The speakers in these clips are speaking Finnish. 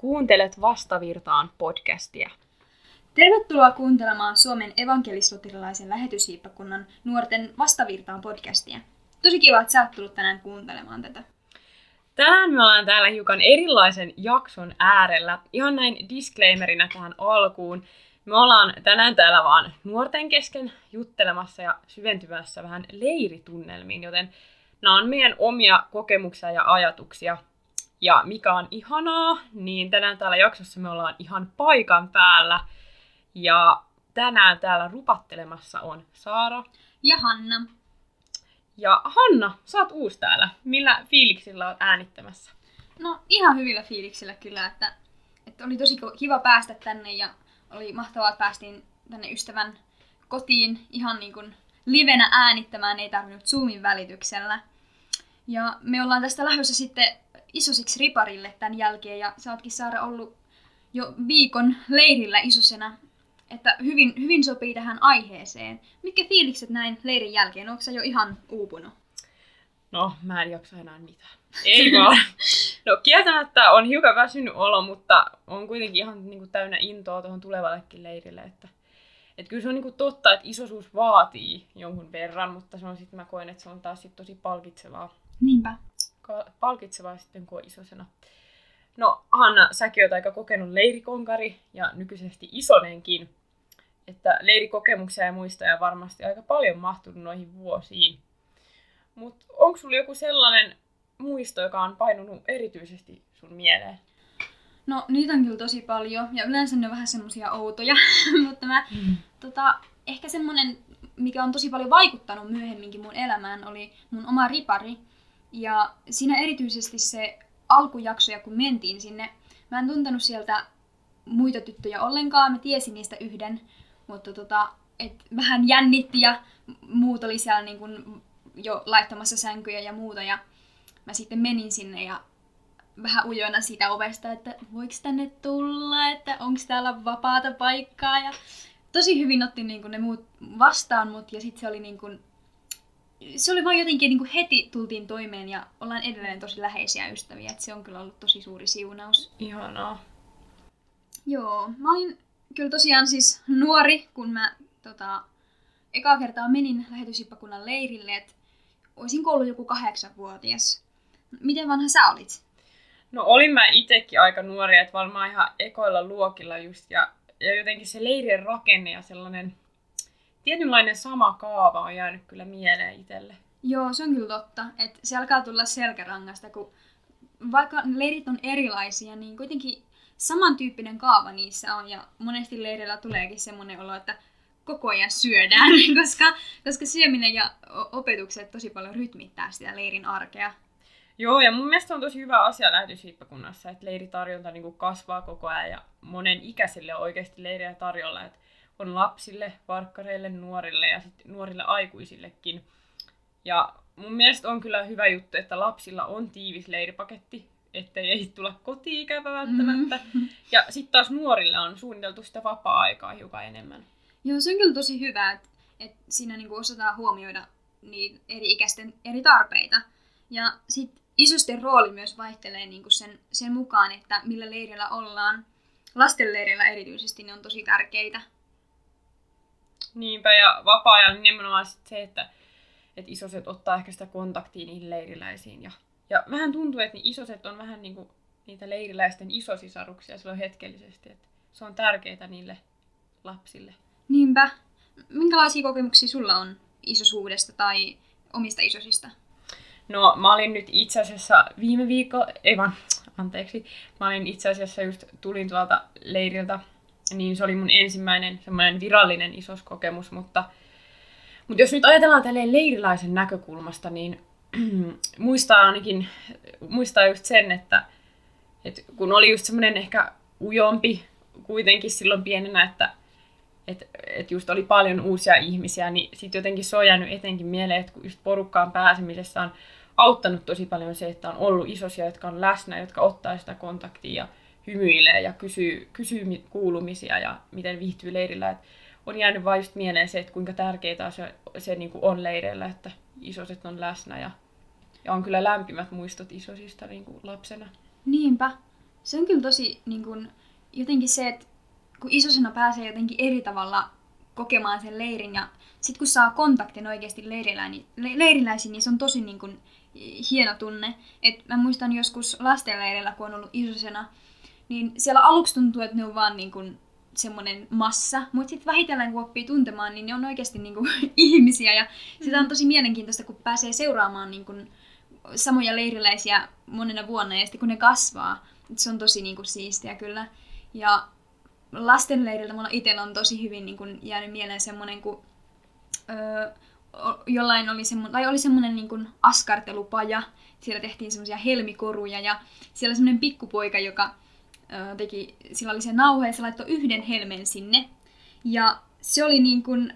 Kuuntelet Vastavirtaan podcastia. Tervetuloa kuuntelemaan Suomen evankelis-luterilaisen lähetyshiippakunnan nuorten Vastavirtaan podcastia. Tosi kiva, että sä oot tullut tänään kuuntelemaan tätä. Tänään me ollaan täällä hiukan erilaisen jakson äärellä. Ihan näin disclaimerina tähän alkuun. Me ollaan tänään täällä vaan nuorten kesken juttelemassa ja syventymässä vähän leiritunnelmiin, joten nämä on meidän omia kokemuksia ja ajatuksia. Ja mikä on ihanaa, niin tänään täällä jaksossa me ollaan ihan paikan päällä. Ja tänään täällä rupattelemassa on Saara. Ja Hanna. Ja Hanna, sä oot uusi täällä. Millä fiiliksillä oot äänittämässä? No ihan hyvillä fiiliksillä kyllä, että oli tosi kiva päästä tänne ja oli mahtavaa, että päästiin tänne ystävän kotiin ihan niin kuin livenä äänittämään, ei tarvinnut Zoomin välityksellä. Ja me ollaan tästä lähdössä sitten isosiksi riparille tämän jälkeen ja sä ootkin Saara ollut jo viikon leirillä isosena, että hyvin sopii tähän aiheeseen. Mitkä fiilikset näin leirin jälkeen? Onko sä jo ihan uupunut? No, mä en jaksa enää mitään. Ei vaan. No, kieltämättä on hiukan väsynyt olo, mutta on kuitenkin ihan niin kuin täynnä intoa tuohon tulevallekin leirille. Että kyllä se on niin kuin totta, että isosuus vaatii jonkun verran, mutta se on sitten, mä koen, että se on taas sit tosi palkitsevaa. Niinpä. Palkitsevaa sitten, kun on isosena. No, Hanna, säkin oot aika kokenut leirikonkari ja nykyisesti isonenkin. Että leirikokemuksia ja muistoja varmasti aika paljon mahtunut noihin vuosiin. Mutta onko sulla joku sellainen muisto, joka on painunut erityisesti sun mieleen? No niitä on kyllä tosi paljon ja yleensä ne on vähän semmosia outoja, mutta ehkä semmonen, mikä on tosi paljon vaikuttanut myöhemminkin mun elämään, oli mun oma ripari. Ja siinä erityisesti se alkujaksoja, kun mentiin sinne, mä en tuntenut sieltä muita tyttöjä ollenkaan, mä tiesin niistä yhden, mutta vähän jännitti ja muut oli siellä niin kun jo laittamassa sänkyjä ja muuta ja mä sitten menin sinne ja vähän ujoina siitä ovesta, että voiko tänne tulla, että onko täällä vapaata paikkaa ja tosi hyvin otti niin kun ne muut vastaan mut ja sitten se oli niin kun se oli vaan jotenkin niin kuin heti tultiin toimeen ja ollaan edelleen tosi läheisiä ystäviä, että se on kyllä ollut tosi suuri siunaus. Ihanaa. Joo, mä olin kyllä tosiaan siis nuori, kun mä ekaa kertaa menin lähetyshiippakunnan leirille, että olisinko ollut joku 8-vuotias. Miten vanha sä olit? No olin mä itekin aika nuori, että varmaan ihan ekoilla luokilla just ja jotenkin se leirin rakenne ja sellainen tietynlainen sama kaava on jäänyt kyllä mieleen itselle. Joo, se on kyllä totta. Että se alkaa tulla selkärangasta, kun vaikka leirit on erilaisia, niin kuitenkin samantyyppinen kaava niissä on. Ja monesti leirillä tuleekin semmoinen olo, että koko ajan syödään, koska syöminen ja opetukset tosi paljon rytmittää sitä leirin arkea. Joo, ja mun mielestä on tosi hyvä asia lähetyshiippakunnassa, että leiritarjonta niin kuin kasvaa koko ajan ja monen ikäisille on oikeasti leiriä tarjolla. Että on lapsille, varkkareille, nuorille ja sitten nuorille aikuisillekin. Ja mun mielestä on kyllä hyvä juttu, että lapsilla on tiivis leiripaketti, ettei ei tulla koti-ikävä välttämättä. Ja sitten taas nuorille on suunniteltu sitä vapaa-aikaa hiukan enemmän. Joo, se on kyllä tosi hyvä, että siinä niinku osataan huomioida niin eri ikäisten eri tarpeita. Ja sitten isosten rooli myös vaihtelee niinku sen mukaan, että millä leirillä ollaan. Lastenleirillä erityisesti ne on tosi tärkeitä. Niinpä, ja vapaa-ajalla nimenomaan se, että isoset ottaa ehkä sitä kontaktia niihin leiriläisiin. Ja vähän tuntuu, että isoset on vähän niin kuin niitä leiriläisten isosisaruksia silloin hetkellisesti. Että se on tärkeää niille lapsille. Niinpä. Minkälaisia kokemuksia sulla on isosuudesta tai omista isosista? No, mä olin nyt itse asiassa mä olin itse asiassa just tulin tuolta leiriltä. Niin se oli mun ensimmäinen semmoinen virallinen isoskokemus, mutta jos nyt ajatellaan tälleen leiriläisen näkökulmasta, niin muistaa just sen, että kun oli just semmoinen ehkä ujompi kuitenkin silloin pienenä, että just oli paljon uusia ihmisiä, niin sitten jotenkin se on jäänyt etenkin mieleen, että kun just porukkaan pääsemisessä on auttanut tosi paljon se, että on ollut isosia, jotka on läsnä, jotka ottaa sitä kontaktia ja hymyilee ja kysyy kuulumisia ja miten viihtyy leirillä. Et on jäänyt vain just mieleen se, että kuinka tärkeää se niin kuin on leireillä, että isoset on läsnä ja on kyllä lämpimät muistot isosista niin kuin lapsena. Niinpä. Se on kyllä tosi niin kun, jotenkin se, että kun isosena pääsee jotenkin eri tavalla kokemaan sen leirin ja sitten kun saa kontaktin oikeasti leiriläisiin, niin se on tosi niin kun, hieno tunne. Et mä muistan joskus lastenleirillä, kun on ollut isosena, niin siellä aluksi tuntuu, että ne on vaan niin kun, semmoinen massa, mutta sitten vähitellen kun oppii tuntemaan, niin ne on oikeasti niin kun, ihmisiä ja sitä on tosi mielenkiintoista, kun pääsee seuraamaan niin kun, samoja leiriläisiä monena vuonna ja sitten kun ne kasvaa, se on tosi niin kun, siistiä kyllä. Ja lastenleiriltä mulla itsellä on tosi hyvin niin kun, jäänyt mieleen semmoinen, kun jollain oli semmoinen niin kun, askartelupaja. Siellä tehtiin semmoisia helmikoruja ja siellä oli semmoinen pikkupoika, joka sillä oli se nauha ja se laittoi yhden helmen sinne. Ja se oli niin kun,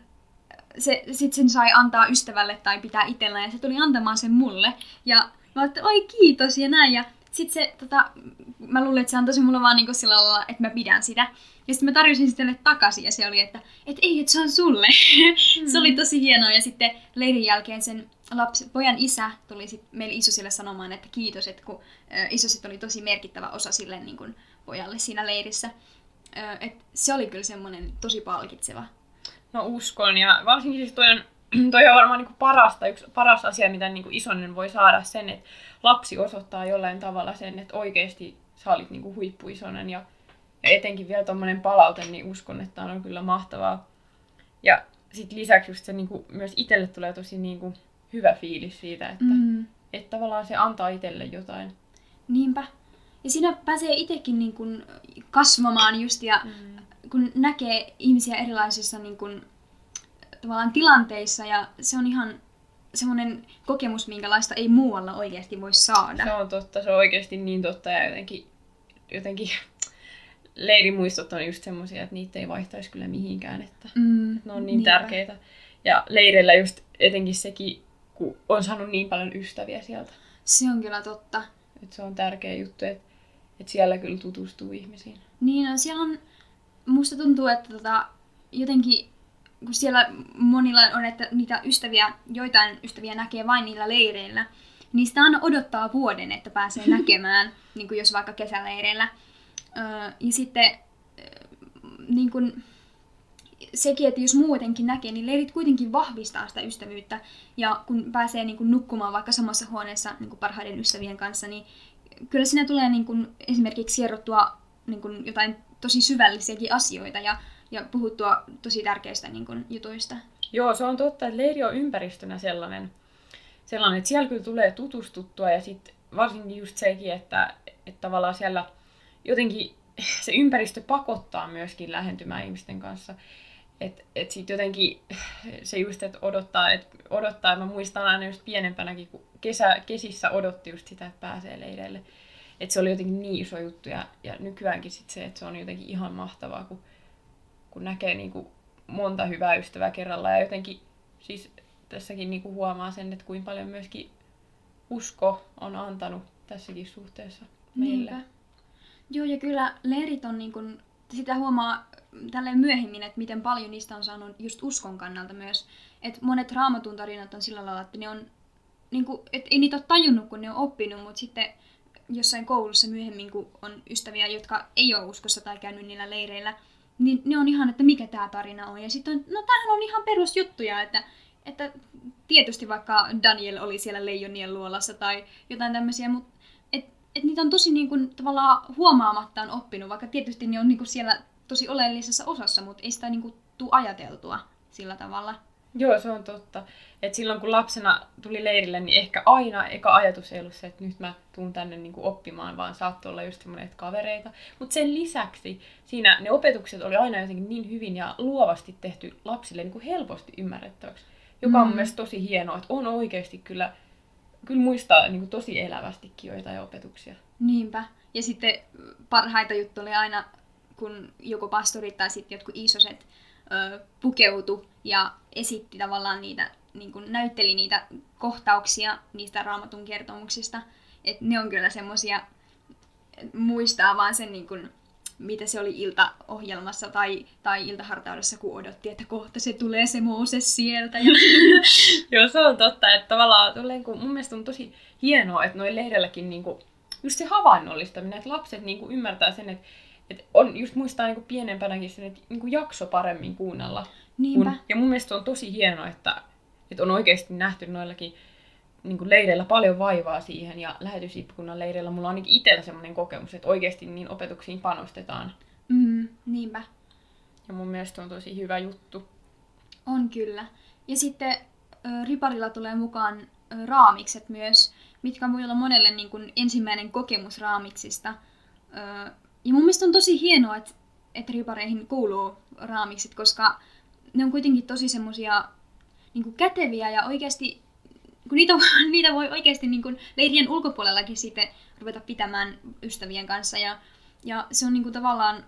sit sen sai antaa ystävälle tai pitää itsellään ja se tuli antamaan sen mulle. Ja mä ajattelin, oi kiitos ja näin. Ja sit se, mä luulin, että se antoi mulle vaan niin sillä lailla, että mä pidän sitä. Ja sitten mä tarjosin sille takaisin ja se oli, että ei, että se on sulle. Se oli tosi hienoa ja sitten leirin jälkeen sen pojan isä tuli sit meille isosille sanomaan, että kiitos, että kun isosit oli tosi merkittävä osa sille niin kun pojalle siinä leirissä. Et se oli kyllä semmoinen tosi palkitseva. No uskon ja varsinkin siis toi on varmaan niin yksi paras asia, mitä niin isonen voi saada sen, että lapsi osoittaa jollain tavalla sen, että oikeasti sä olit niin huippuisonen ja etenkin vielä tommonen palaute, niin uskon, että on kyllä mahtavaa. Ja sitten lisäksi just se niin kuin, myös itselle tulee tosi niin kuin, hyvä fiilis siitä, että tavallaan se antaa itselle jotain. Niinpä. Ja siinä pääsee itsekin niin kuin, kasvamaan just ja kun näkee ihmisiä erilaisissa niin kuin, tavallaan tilanteissa ja se on ihan semmoinen kokemus, minkälaista ei muualla oikeasti voi saada. Se on totta, se on oikeasti niin totta ja jotenkin leirimuistot on just semmoisia, että niitä ei vaihtaisi kyllä mihinkään, että ne on niin tärkeitä. Ja leireillä just etenkin sekin, kun on saanut niin paljon ystäviä sieltä. Se on kyllä totta. Että se on tärkeä juttu, että siellä kyllä tutustuu ihmisiin. Niin, no siellä on, musta tuntuu, että jotenkin, kun siellä monilla on, että niitä ystäviä, joitain ystäviä näkee vain niillä leireillä, niin sitä aina odottaa vuoden, että pääsee näkemään, niin kuin jos vaikka kesäleireillä. Ja sitten niin kun, sekin, että jos muutenkin näkee, niin leirit kuitenkin vahvistaa sitä ystävyyttä. Ja kun pääsee niin kun, nukkumaan vaikka samassa huoneessa niin kun, parhaiden ystävien kanssa, niin kyllä siinä tulee niin kun, esimerkiksi sierrottua niin kun, jotain tosi syvällisiäkin asioita ja puhuttua tosi tärkeistä niin kun, jutuista. Joo, se on totta, että leiri on ympäristönä sellainen että siellä kyllä tulee tutustuttua ja sitten varsinkin just sekin, että tavallaan siellä jotenkin se ympäristö pakottaa myöskin lähentymään ihmisten kanssa. Että sitten jotenkin se just, että odottaa, mä muistan aina just pienempänäkin, kun kesissä odotti just sitä, että pääsee leireille. Että se oli jotenkin niin iso juttu ja nykyäänkin sit se, että se on jotenkin ihan mahtavaa, kun näkee niinku monta hyvää ystävää kerralla. Ja jotenkin siis tässäkin niinku huomaa sen, että kuinka paljon myöskin usko on antanut tässäkin suhteessa meille. Niinpä. Joo, ja kyllä leirit on niin kuin, sitä huomaa tälleen myöhemmin, että miten paljon niistä on saanut just uskon kannalta myös. Että monet Raamatun tarinat on sillä lailla, että ne on, niin kuin, että ei niitä ole tajunnut, kun ne on oppinut, mutta sitten jossain koulussa myöhemmin, kun on ystäviä, jotka ei ole uskossa tai käynyt niillä leireillä, niin ne on ihan, että mikä tämä tarina on. Ja sitten no tämähän on ihan perusjuttuja, että tietysti vaikka Daniel oli siellä leijonien luolassa tai jotain tämmöisiä, mutta että niitä on tosi niin kuin, tavallaan huomaamattaan oppinut, vaikka tietysti ne on niin kuin siellä tosi oleellisessa osassa, mutta ei sitä niin kuin, tule ajateltua sillä tavalla. Joo, se on totta. Et silloin kun lapsena tuli leirille, niin ehkä aina eka ajatus ei ollut se, että nyt mä tuun tänne niin kuin oppimaan, vaan saattoi olla just semmoinen, että kavereita. Mutta sen lisäksi siinä ne opetukset oli aina jotenkin niin hyvin ja luovasti tehty lapsille niin kuin helposti ymmärrettäväksi, joka on mun mielestä tosi hienoa, että on oikeasti kyllä muistaa niin kuin tosi elävästikin joitain opetuksia. Niinpä. Ja sitten parhaita juttuja oli aina, kun joko pastorit tai sitten jotkut isoset pukeutu ja esitti tavallaan niitä, niin kuin näytteli niitä kohtauksia niistä Raamatun kertomuksista. Että ne on kyllä semmosia, muistaa vaan sen, niin kuin, mitä se oli iltaohjelmassa tai iltahartaudessa, kun odotti, että kohta se tulee se Mooses sieltä. Joo, se on totta. Että tavallaan mun mielestä on tosi hienoa, että noin lehdelläkin niin kuin just se havainnollistaminen, että lapset niin kuin ymmärtää sen, että on just muistaa niin kuin pienempänäkin sen, että niin kuin jakso paremmin kuunnella. Niinpä. Ja mun mielestä on tosi hienoa, että on oikeasti nähty noillakin niin kuin leireillä paljon vaivaa siihen, ja lähetysippukunnan leireillä mulla on ainakin itsellä semmoinen kokemus, että oikeasti niin opetuksiin panostetaan. Niinpä. Ja mun mielestä on tosi hyvä juttu. On kyllä. Ja sitten riparilla tulee mukaan raamikset myös, mitkä voi olla monelle niin kuin ensimmäinen kokemus raamiksista. Ja mun mielestä on tosi hienoa, että ripareihin kuuluu raamikset, koska ne on kuitenkin tosi semmosia niin kuin käteviä ja oikeasti, kun niitä voi oikeasti niin kuin leirien ulkopuolellakin sitten ruveta pitämään ystävien kanssa. Ja se on niin kuin tavallaan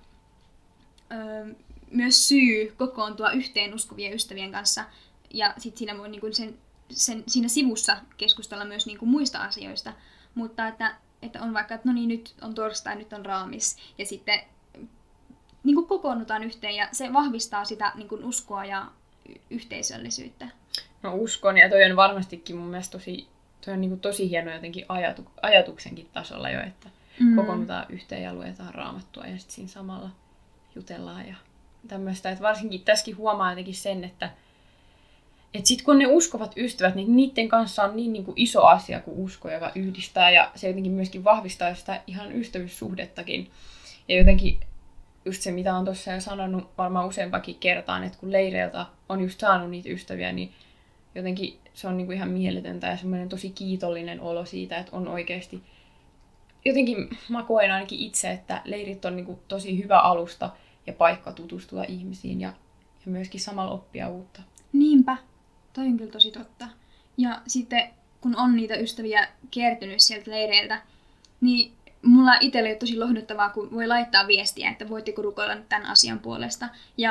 myös syy kokoontua yhteen uskovien ystävien kanssa. Ja sitten siinä voi niin kuin siinä sivussa keskustella myös niin kuin muista asioista. Mutta että on vaikka, että no niin, nyt on torstai, nyt on raamis. Ja sitten niin kuin kokoonnutaan yhteen ja se vahvistaa sitä niin kuin uskoa ja yhteisöllisyyttä. No uskon, ja toi on varmastikin mun mielestä toi on niin kuin tosi hieno jotenkin ajatuksenkin tasolla jo, että kokoonnutaan yhteen ja luetaan raamattua ja sitten siinä samalla jutellaan ja tämmöistä. Että varsinkin tässäkin huomaa jotenkin sen, että sitten kun ne uskovat ystävät, niin niiden kanssa on niin kuin iso asia kuin usko, joka yhdistää, ja se jotenkin myöskin vahvistaa sitä ihan ystävyyssuhdettakin. Ja jotenkin just se, mitä on tuossa jo sanonut varmaan useampakin kertaan, että kun leireiltä on just saanut niitä ystäviä, niin jotenkin se on niin kuin ihan mieletöntä ja semmoinen tosi kiitollinen olo siitä, että on oikeasti. Jotenkin mä koen ainakin itse, että leirit on niin kuin tosi hyvä alusta ja paikka tutustua ihmisiin ja myöskin samalla oppia uutta. Niinpä. Toi on kyllä tosi totta. Ja sitten kun on niitä ystäviä kertynyt sieltä leireiltä, niin mulla itselle on tosi lohduttavaa, kun voi laittaa viestiä, että voitteko rukoilla nyt tämän asian puolesta.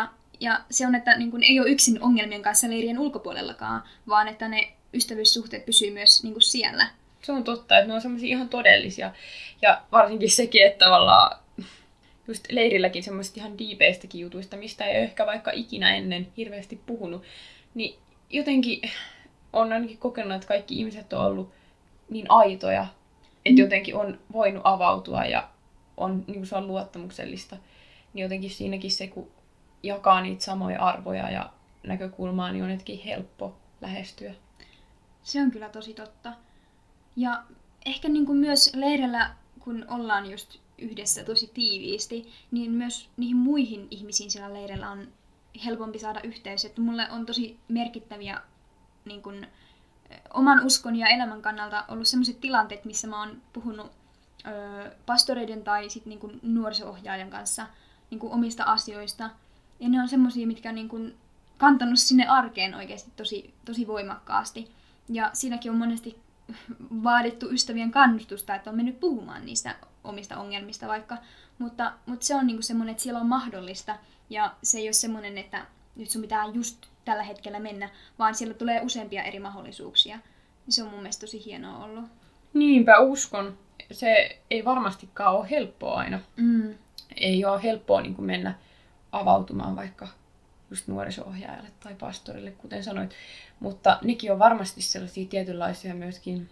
Ja se on, että niin kun ei ole yksin ongelmien kanssa leirien ulkopuolellakaan, vaan että ne ystävyyssuhteet pysyy myös niin kun siellä. Se on totta, että ne on semmoisia ihan todellisia. Ja varsinkin sekin, että tavallaan just leirilläkin semmoisista ihan diipeistäkin jutuista, mistä ei ehkä vaikka ikinä ennen hirveästi puhunut, niin jotenkin on ainakin kokenut, että kaikki ihmiset on ollut niin aitoja, että jotenkin on voinut avautua ja on, niin kuin se on luottamuksellista. Niin jotenkin siinäkin se, kun jakaa niitä samoja arvoja ja näkökulmaa, niin on jotenkin helppo lähestyä. Se on kyllä tosi totta. Ja ehkä niin kuin myös leirillä, kun ollaan just yhdessä tosi tiiviisti, niin myös niihin muihin ihmisiin siellä leirillä on helpompi saada yhteys. Että mulle on tosi merkittäviä niin kun, oman uskon ja elämän kannalta ollut sellaiset tilanteet, missä mä oon puhunut pastoreiden tai sit, niin kun, nuoriso-ohjaajan kanssa niin kun, omista asioista. Ja ne on semmosia, mitkä on niin kun, kantanut sinne arkeen oikeasti tosi voimakkaasti. Ja siinäkin on monesti vaadittu ystävien kannustusta, että on mennyt puhumaan niistä omista ongelmista vaikka. Mutta se on niinku semmoinen, että siellä on mahdollista. Ja se ei ole semmoinen, että nyt sun pitää just tällä hetkellä mennä, vaan siellä tulee useampia eri mahdollisuuksia. Se on mun mielestä tosi hienoa ollut. Niinpä uskon. Se ei varmastikaan ole helppoa aina. Ei ole helppoa niin kuin mennä avautumaan vaikka just nuoriso-ohjaajalle tai pastorille, kuten sanoit. Mutta nekin on varmasti sellaisia tietynlaisia myöskin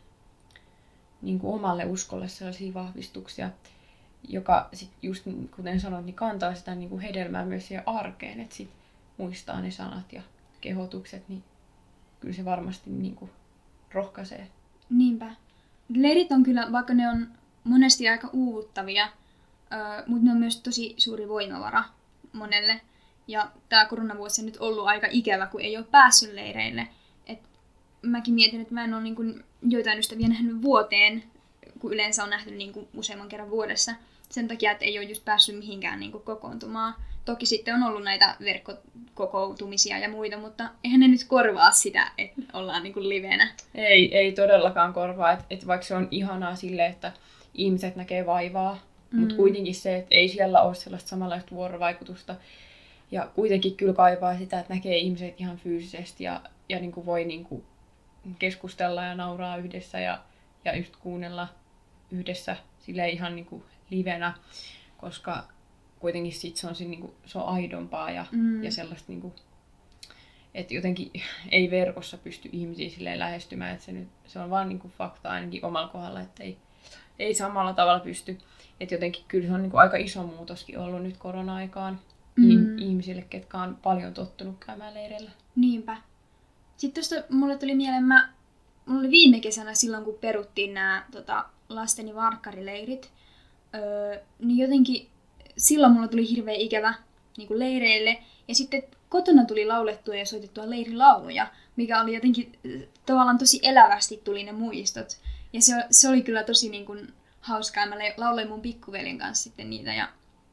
niin kuin omalle uskolle sellaisia vahvistuksia, joka sit just kuten sanoit, niin kantaa sitä niin kuin hedelmää myös siihen arkeen, että sit muistaa ne sanat ja kehotukset, niin kyllä se varmasti niin kuin rohkaisee. Niinpä. Leirit on kyllä, vaikka ne on monesti aika uuvuttavia, mutta ne on myös tosi suuri voimavara monelle. Ja tämä koronavuosi on nyt ollut aika ikävä, kun ei ole päässyt leireille. Et mäkin mietin, että mä en ole niin kuin joitain ystäviä nähnyt vuoteen, kun yleensä on nähty niin kuin useamman kerran vuodessa. Sen takia, että ei ole just päässyt mihinkään niin kuin kokoontumaan. Toki sitten on ollut näitä verkkokokoutumisia ja muita, mutta eihän ne nyt korvaa sitä, että ollaan niin kuin livenä. Ei todellakaan korvaa. Et vaikka se on ihanaa sille, että ihmiset näkee vaivaa, mutta kuitenkin se, että ei siellä ole sellaista samanlaista vuorovaikutusta. Ja kuitenkin kyllä kaipaa sitä, että näkee ihmiset ihan fyysisesti ja niin kuin voi niin kuin keskustella ja nauraa yhdessä ja just kuunnella yhdessä silleen ihan niin kuin livenä, koska kuitenkin sit se on, niin kuin, se on aidompaa ja sellaista, niin kuin, että jotenkin ei verkossa pysty ihmisiä silleen lähestymään, että se on vaan niin kuin fakta ainakin omalla kohdalla, että ei samalla tavalla pysty. Että jotenkin kyllä se on niin kuin aika iso muutoskin ollut nyt korona-aikaan ihmisille, ketkä on paljon tottunut käymään leireillä. Niinpä. Sitten tuosta mulle tuli mieleen, mulla oli viime kesänä silloin, kun peruttiin nämä lasteni varkkarileirit, niin jotenkin silloin mulla tuli hirveä ikävä niin kuin leireille. Ja sitten kotona tuli laulettua ja soitettua leirilauluja, mikä oli jotenkin tavallaan tosi elävästi tuli ne muistot. Ja se oli kyllä tosi niin kuin hauskaa. Mä lauloin mun pikkuveljen kanssa sitten niitä ja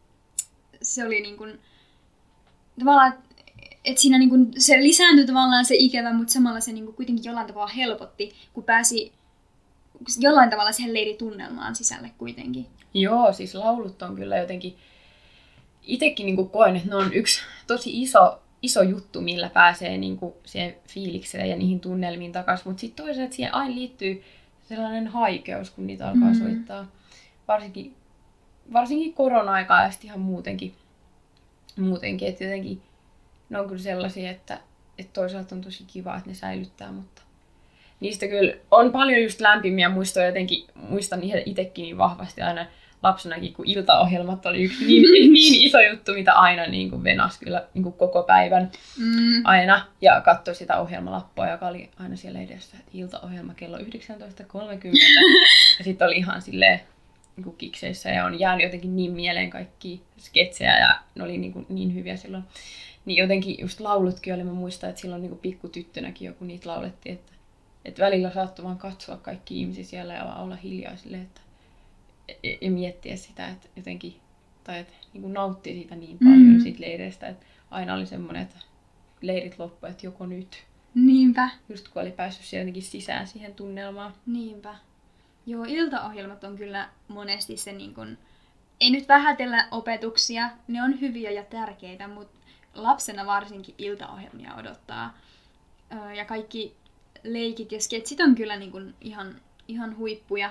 se oli niin kuin tavallaan, että siinä niin kuin se lisääntyi tavallaan se ikävä, mutta samalla se niin kuin kuitenkin jollain tavalla helpotti, kun pääsi jollain tavalla siihen leiritunnelmaan sisälle kuitenkin. Joo, siis laulut on kyllä jotenkin, itsekin niin kuin koen, että ne on yksi tosi iso juttu, millä pääsee niin kuin siihen fiilikseen ja niihin tunnelmiin takaisin. Mutta sitten toisaalta siihen aina liittyy sellainen haikeus, kun niitä alkaa soittaa. Varsinkin korona-aikaa ja sitten ihan muutenkin. Että jotenkin ne on kyllä sellaisia, että toisaalta on tosi kiva, että ne säilyttää, mutta niistä kyllä on paljon just lämpimiä muistoja. Jotenkin muistan itsekin niin vahvasti aina lapsenakin, kun iltaohjelmat oli yksi niin iso juttu, mitä aina niin kuin venasi kyllä niin kuin koko päivän aina. Ja katsoi sitä ohjelmalappua, joka oli aina siellä edessä, että iltaohjelma kello 19.30. Ja sitten oli ihan silleen niin kuin kikseissä ja on jäänyt jotenkin niin mieleen kaikkia sketsejä ja ne oli niin hyviä silloin. Niin jotenkin just laulutkin oli, mä muistan, että silloin niin kuin pikkutyttönäkin joku niitä laulettiin, että välillä saattoi vaan katsoa kaikki ihmisiä siellä ja vaan olla hiljaa silleen, että ja miettiä sitä, että jotenkin, tai että niin kuin nauttii siitä niin paljon siitä leireistä, että aina oli semmoinen, että leirit loppu, että joko nyt. Niinpä. Just kun oli päässyt jotenkin sisään siihen tunnelmaan. Niinpä. Joo, iltaohjelmat on kyllä monesti se niin kuin, ei nyt vähätellä opetuksia, ne on hyviä ja tärkeitä, mutta lapsena varsinkin iltaohjelmia odottaa. Ja kaikki leikit ja sketsit on kyllä niin kuin ihan huippuja.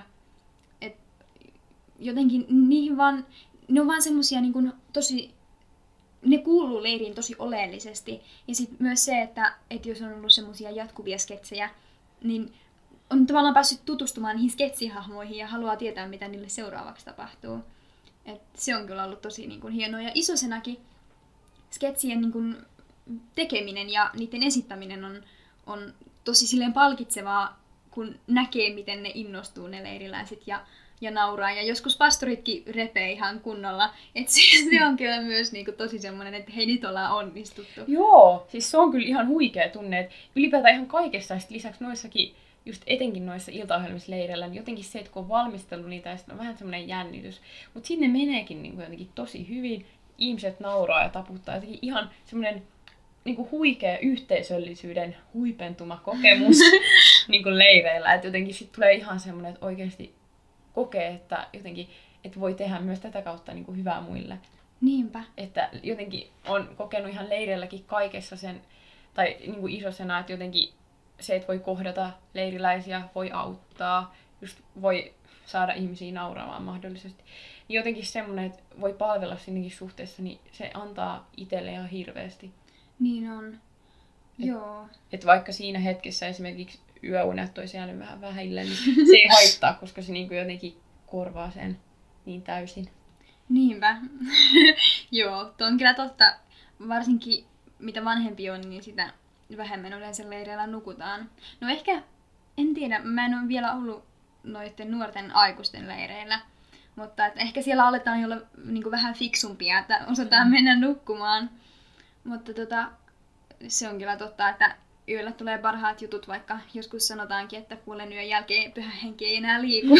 Jotenkin niihin vaan, ne on vaan semmosia niin kuin tosi, ne kuuluu leiriin tosi oleellisesti. Ja sitten myös se, että jos on ollut semmosia jatkuvia sketsejä, niin on tavallaan päässyt tutustumaan niihin sketsihahmoihin ja haluaa tietää, mitä niille seuraavaksi tapahtuu. Et se on kyllä ollut tosi niin kuin hienoa. Ja isosenakin sketsien niin kuin tekeminen ja niiden esittäminen on tosi silleen palkitsevaa, kun näkee, miten ne innostuu ne leiriläiset ja nauraa. Ja joskus pastoritkin repee ihan kunnolla. Et se on kyllä myös niinku tosi semmoinen, että hei, nyt ollaan onnistuttu. Joo, siis se on kyllä ihan huikea tunne. Et ylipäätään ihan kaikessa lisäksi noissakin, just etenkin noissa iltaohjelmissa leireillä, niin jotenkin se, että kun on valmistellut niitä, ja on vähän semmoinen jännitys. Mutta sinne meneekin niinku jotenkin tosi hyvin. Ihmiset nauraa ja taputtaa. Jotenkin ihan semmoinen niinku huikea yhteisöllisyyden huipentuma kokemus niinku leireillä. Että jotenkin sit tulee ihan semmoinen, että oikeasti kokee, että jotenkin että voi tehdä myös tätä kautta niin kuin hyvää muille. Niinpä. Että jotenkin on kokenut ihan leireilläkin kaikessa sen, tai niin kuin isosena, että jotenkin se, että voi kohdata leiriläisiä, voi auttaa, just voi saada ihmisiä nauramaan mahdollisesti. Niin jotenkin semmoinen, että voi palvella sinnekin suhteessa, niin se antaa itselle ihan hirveästi. Niin on. Joo. Että vaikka siinä hetkessä esimerkiksi yöunet olisi jäänyt vähän vähille, niin se ei haittaa, koska se niin kuin jotenkin korvaa sen niin täysin. Niinpä. Joo, tuo on kyllä totta. Varsinkin mitä vanhempi on, niin sitä vähemmän yleensä leireillä nukutaan. No ehkä, en tiedä, mä en ole vielä ollut noiden nuorten aikuisten leireillä. Mutta että ehkä siellä aletaan jo olla niin kuin vähän fiksumpia, että osataan mennä nukkumaan. Mutta se on kyllä totta, että yöllä tulee parhaat jutut, vaikka joskus sanotaankin, että puolen yön jälkeen pyhä henki ei enää liiku.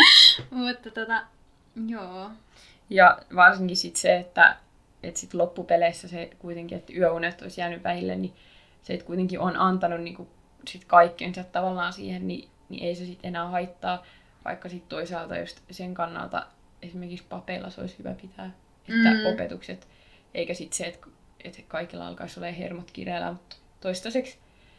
Mutta joo. Ja varsinkin sit se, että sit loppupeleissä se kuitenkin, että yöunet olisi jäänyt vähille, niin se, että kuitenkin on antanut niin kuin sit kaikkensa tavallaan siihen, niin ei se sitten enää haittaa. Vaikka sitten toisaalta just sen kannalta esimerkiksi papeilla se olisi hyvä pitää, että opetukset, eikä sitten se, että kaikilla alkaisi olla hermot kireellä, mutta toistaiseksi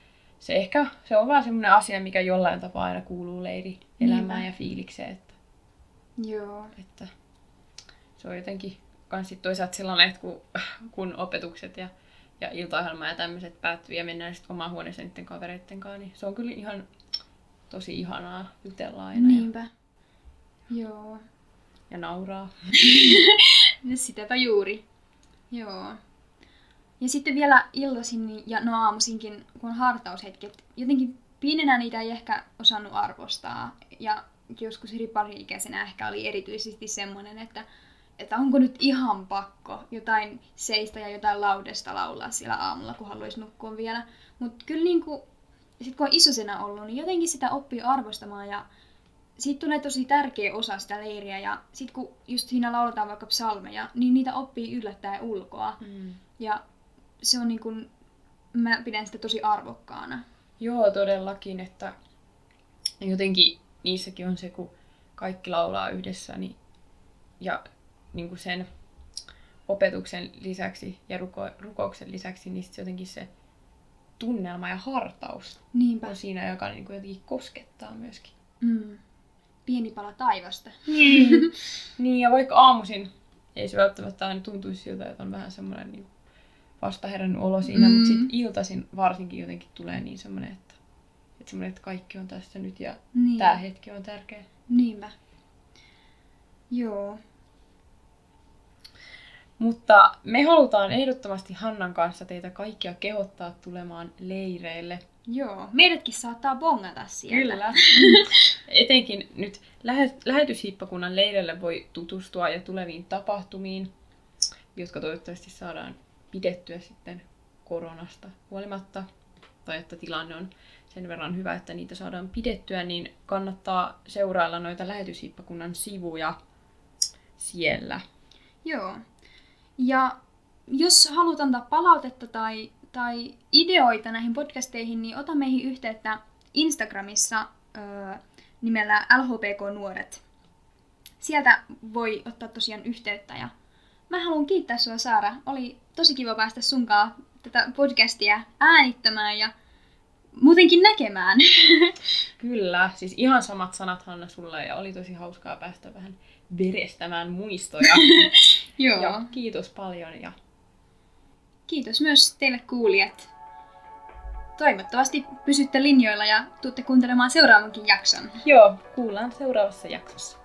se on vaan semmoinen asia, mikä jollain tapaa aina kuuluu leirielämään ja fiilikseen. Joo. Että se on jotenkin kans sit toisaalta sellainen, että kun opetukset ja iltaohjelma ja tämmöiset päättyy ja mennään sitten omaan huoneeseen niiden kavereitten kanssa, niin se on kyllä ihan tosi ihanaa jutella aina. Niinpä. Joo. Ja nauraa. Sitäpä juuri. Joo. Ja sitten vielä iltaisin ja aamuisinkin, kun on hartaushetket, jotenkin pienenä niitä ei ehkä osannut arvostaa. Ja joskus ripari-ikäisenä ehkä oli erityisesti semmoinen, että onko nyt ihan pakko jotain seistä ja jotain laudesta laulaa siellä aamulla, kun haluaisi nukkua vielä. Mutta kyllä niinku, sit kun on isosena ollut, niin jotenkin sitä oppii arvostamaan ja siitä tulee tosi tärkeä osa sitä leiriä. Ja sit kun just siinä lauletaan vaikka psalmeja, niin niitä oppii yllättäen ulkoa. Ja se on niinku, mä pidän sitä tosi arvokkaana. Joo, todellakin, että jotenkin niissäkin on se, kun kaikki laulaa yhdessä, niin, ja niin kuin sen opetuksen lisäksi ja rukouksen lisäksi, niin jotenkin se tunnelma ja hartaus on siinä, joka niin kuin jotenkin koskettaa myöskin. Pieni pala taivasta. Niin, ja vaikka aamuisin ei se välttämättä aina tuntuisi siltä, että on vähän semmoinen niin vastaherännyt olo siinä, mutta sitten iltaisin varsinkin jotenkin tulee niin semmoinen, että kaikki on tässä nyt ja tämä hetki on tärkeä. Niinpä. Joo. Mutta me halutaan ehdottomasti Hannan kanssa teitä kaikkia kehottaa tulemaan leireille. Joo, meidätkin saattaa bongata sieltä. Kyllä. Etenkin nyt lähetyshiippakunnan leireille voi tutustua ja tuleviin tapahtumiin, jotka toivottavasti saadaan pidettyä sitten koronasta huolimatta. Tai että tilanne on sen verran hyvä, että niitä saadaan pidettyä, niin kannattaa seurailla noita lähetyshiippakunnan sivuja siellä. Joo. Ja jos haluat antaa palautetta tai ideoita näihin podcasteihin, niin ota meihin yhteyttä Instagramissa nimellä LHPK-nuoret. Sieltä voi ottaa tosiaan yhteyttä. Ja mä haluan kiittää sua, Saara. Oli tosi kiva päästä sunkaan tätä podcastia äänittämään ja muutenkin näkemään. Kyllä, siis ihan samat sanat Hanna sulle ja oli tosi hauskaa päästä vähän verestämään muistoja. Joo. Ja kiitos paljon. Ja kiitos myös teille kuulijat. Toivottavasti pysytte linjoilla ja tuutte kuuntelemaan seuraavankin jakson. Joo, kuullaan seuraavassa jaksossa.